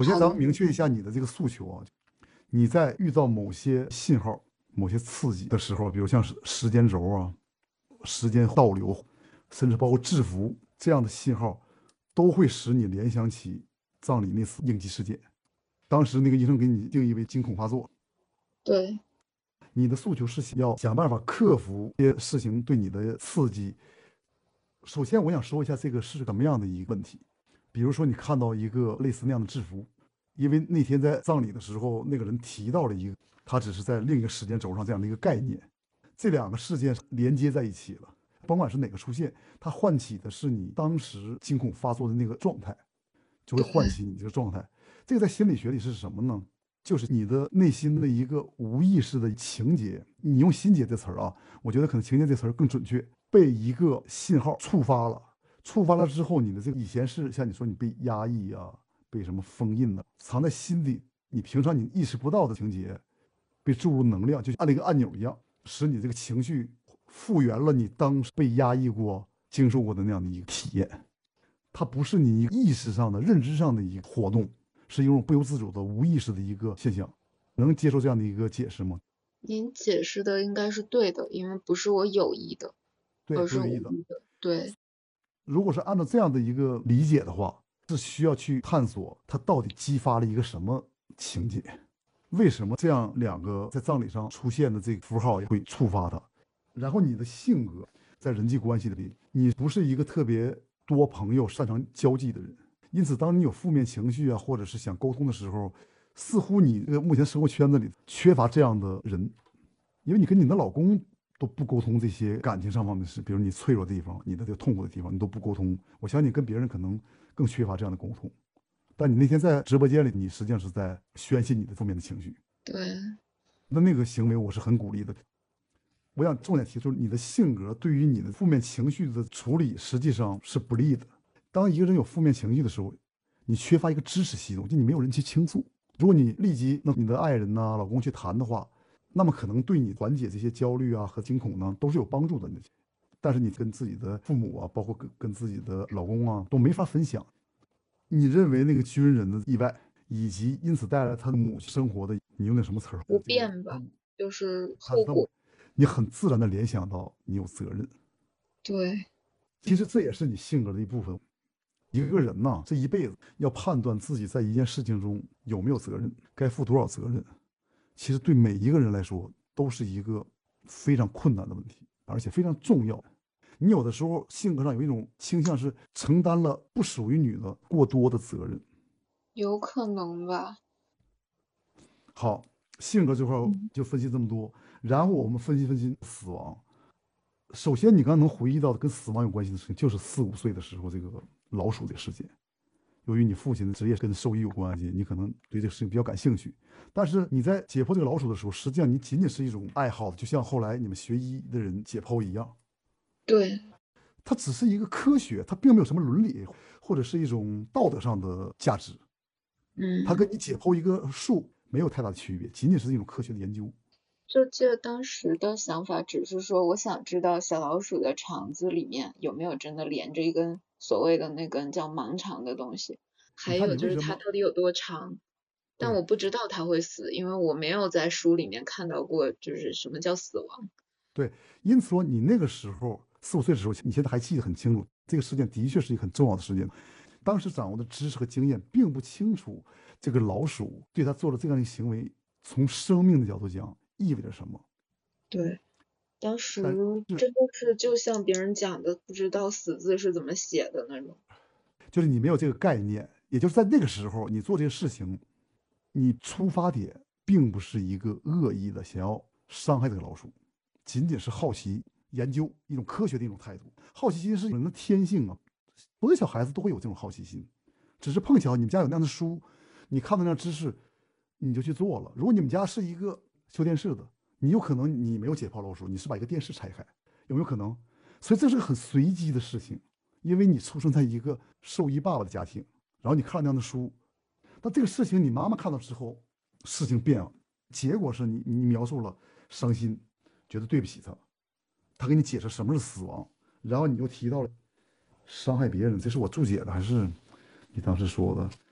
首先， 好的。 咱们明确一下你的这个诉求啊。你在遇到某些信号、某些刺激的时候，比如像是时间轴啊、时间倒流，甚至包括制服这样的信号，都会使你联想起葬礼那次应激事件。当时那个医生给你定义为惊恐发作。 对。 你的诉求是要想办法克服这些事情对你的刺激。首先，我想说一下这个是什么样的一个问题。比如说，你看到一个类似那样的制服，因为那天在葬礼的时候，那个人提到了一个，他只是在另一个时间轴上这样的一个概念，这两个事件连接在一起了。甭管是哪个出现，它唤起的是你当时惊恐发作的那个状态，就会唤对。 起你这个状态。这个在心理学里是什么呢？就是你的内心的一个无意识的情节。你用心结这词儿啊，我觉得可能情节这词儿更准确。被一个信号触发了，触发了之后，你的这个以前是像你说你被压抑啊，被什么封印了，藏在心底，你平常你意识不到的情节，被注入能量，就按了一个按钮一样，使你这个情绪复原了你当时被压抑过、经受过的那样的一个体验。它不是你意识上的、认知上的一个活动，是一种不由自主的、无意识的一个现象。能接受这样的一个解释吗？ 您解释的应该是对的，因为不是我有意的， 对， 而是不有意的。 无意的。对。 如果是按照这样的一个理解的话，是需要去探索它到底激发了一个什么情节，为什么这样两个在葬礼上出现的这个符号会触发它。然后你的性格在人际关系里，你不是一个特别多朋友、擅长交际的人，因此当你有负面情绪啊，或者是想沟通的时候，似乎你这个目前生活圈子里缺乏这样的人。因为你跟你的老公都不沟通这些感情上方面的事，比如你脆弱的地方、你的这个痛苦的地方，你都不沟通。我相信你跟别人可能更缺乏这样的沟通。但你那天在直播间里，你实际上是在宣泄你的负面的情绪。 对。 那个行为我是很鼓励的。我想重点提出，你的性格对于你的负面情绪的处理实际上是不利的。当一个人有负面情绪的时候，你缺乏一个支持系统，就你没有人去倾诉。如果你立即跟你的爱人呐、老公去谈的话，那么可能对你缓解这些焦虑啊和惊恐呢都是有帮助的。但是你跟自己的父母啊，包括跟自己的老公啊都没法分享。你认为那个军人的意外，以及因此带来他的母亲生活的，你用的什么词儿？ 不这个变吧，就是他的， 后果。 你很自然的联想到你有责任。 对。 其实这也是你性格的一部分。一个人呐，这一辈子要判断自己在一件事情中有没有责任，该负多少责任，其实对每一个人来说都是一个非常困难的问题，而且非常重要。你有的时候性格上有一种倾向是承担了不属于你的过多的责任。 有可能吧。 好，性格这块嗯。 就分析这么多，然后我们分析分析死亡。首先，你刚刚能回忆到的跟死亡有关系的事情，就是4、5岁的时候这个老鼠的事件。由于你父亲的职业跟兽医有关系，你可能对这个事情比较感兴趣。但是你在解剖这个老鼠的时候，实际上你仅仅是一种爱好，就像后来你们学医的人解剖一样。 对。 它只是一个科学，它并没有什么伦理或者是一种道德上的价值。它嗯。 跟你解剖一个树没有太大的区别，仅仅是一种科学的研究。 就记得当时的想法只是说，我想知道小老鼠的肠子里面有没有真的连着一根所谓的那根叫盲肠的东西， 你还有就是它看你为什么到底有多长。但对我不知道它会死，因为我没有在书里面看到过，就是什么叫死亡。 对，因此说你那个时候4、5岁的时候，你现在还记得很清楚，这个事件的确是一个很重要的事件。当时掌握的知识和经验并不清楚，这个老鼠对他做了这样一个行为，从生命的角度讲意味着什么。 对。当时但是真的是就像别人讲的，不知道死字是怎么写的那种。 就是你没有这个概念，也就是在那个时候你做这个事情，你出发点并不是一个恶意的想要伤害这个老鼠，仅仅是好奇研究一种科学的一种态度。好奇心是人的天性啊，所有小孩子都会有这种好奇心，只是碰巧你们家有那样的书，你看到那样知识，你就去做了。如果你们家是一个修电视的，你有可能你没有解剖老鼠，你是把一个电视拆开，有没有可能？所以这是个很随机的事情，因为你出生在一个兽医爸爸的家庭，然后你看了那样的书，但这个事情你妈妈看到之后，事情变了，结果是你描述了伤心，觉得对不起他，他给你解释什么是死亡，然后你又提到了伤害别人，这是我注解的还是你当时说的？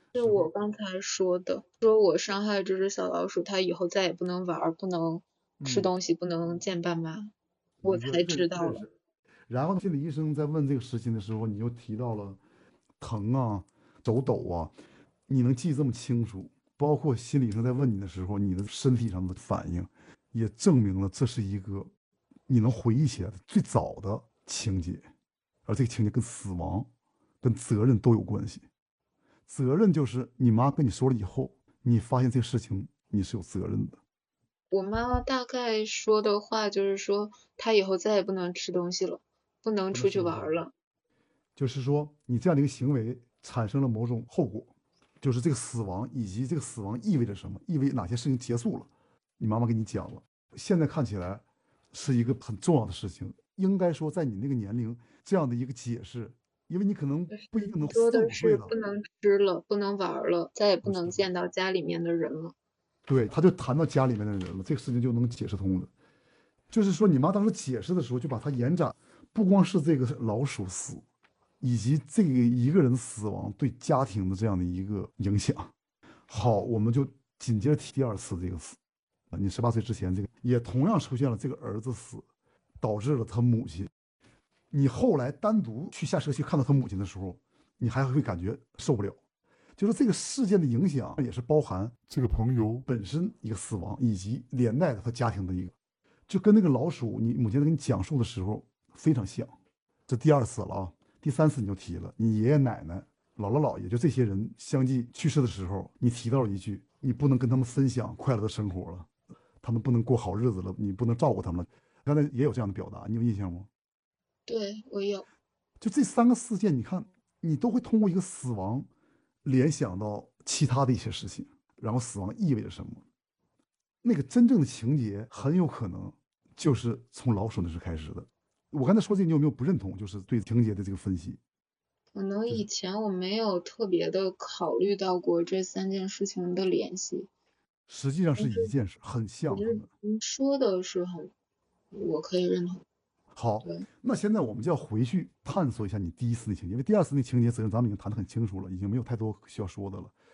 是我刚才说的，说我伤害这只小老鼠，它以后再也不能玩，不能吃东西，不能见爸妈，我你说才知道了。 然后心理医生在问这个事情的时候，你又提到了疼啊、手抖啊，你能记这么清楚，包括心理医生在问你的时候，你的身体上的反应，也证明了这是一个你能回忆起来的最早的情节，而这个情节跟死亡、跟责任都有关系。责任就是你妈跟你说了以后，你发现这个事情你是有责任的。 我妈妈大概说的话就是说，她以后再也不能吃东西了，不能不能出去吃东西了， 玩了。 就是说你这样的一个行为产生了某种后果，就是这个死亡以及这个死亡意味着什么，意味哪些事情结束了。你妈妈跟你讲了，现在看起来是一个很重要的事情。应该说，在你那个年龄，这样的一个解释，因为你可能不一定能说四的是五岁了， 不能吃了，不能玩了，再也不能不是了。 见到家里面的人了。 对，他就谈到家里面的人了，这个事情就能解释通了。就是说，你妈当时解释的时候，就把它延展，不光是这个老鼠死，以及这个一个人死亡对家庭的这样的一个影响。好，我们就紧接着提第二次这个死。你18岁之前，这个也同样出现了这个儿子死，导致了他母亲。你后来单独去下车去看到他母亲的时候，你还会感觉受不了。就是这个事件的影响，也是包含这个朋友本身一个死亡，以及连带的他家庭的一个，就跟那个老鼠你母亲在给你讲述的时候非常像。这第二次了啊，第三次你就提了，你爷爷奶奶、姥姥姥爷，就这些人相继去世的时候，你提到了一句，你不能跟他们分享快乐的生活了，他们不能过好日子了，你不能照顾他们了。刚才也有这样的表达，你有印象吗？ 对，我有。 就这三个事件，你看，你都会通过一个死亡联想到其他的一些事情，然后死亡意味着什么？那个真正的情节很有可能就是从老鼠那时开始的。我刚才说这个，你有没有不认同？就是对情节的这个分析， 可能就是以前我没有特别的考虑到过这三件事情的联系， 实际上是但是一件事，很我觉得像他们。 您说的是很，我可以认同。 好， 对， 那现在我们就要回去探索一下你第一次的情节，因为第二次那情节责任咱们已经谈得很清楚了，已经没有太多需要说的了。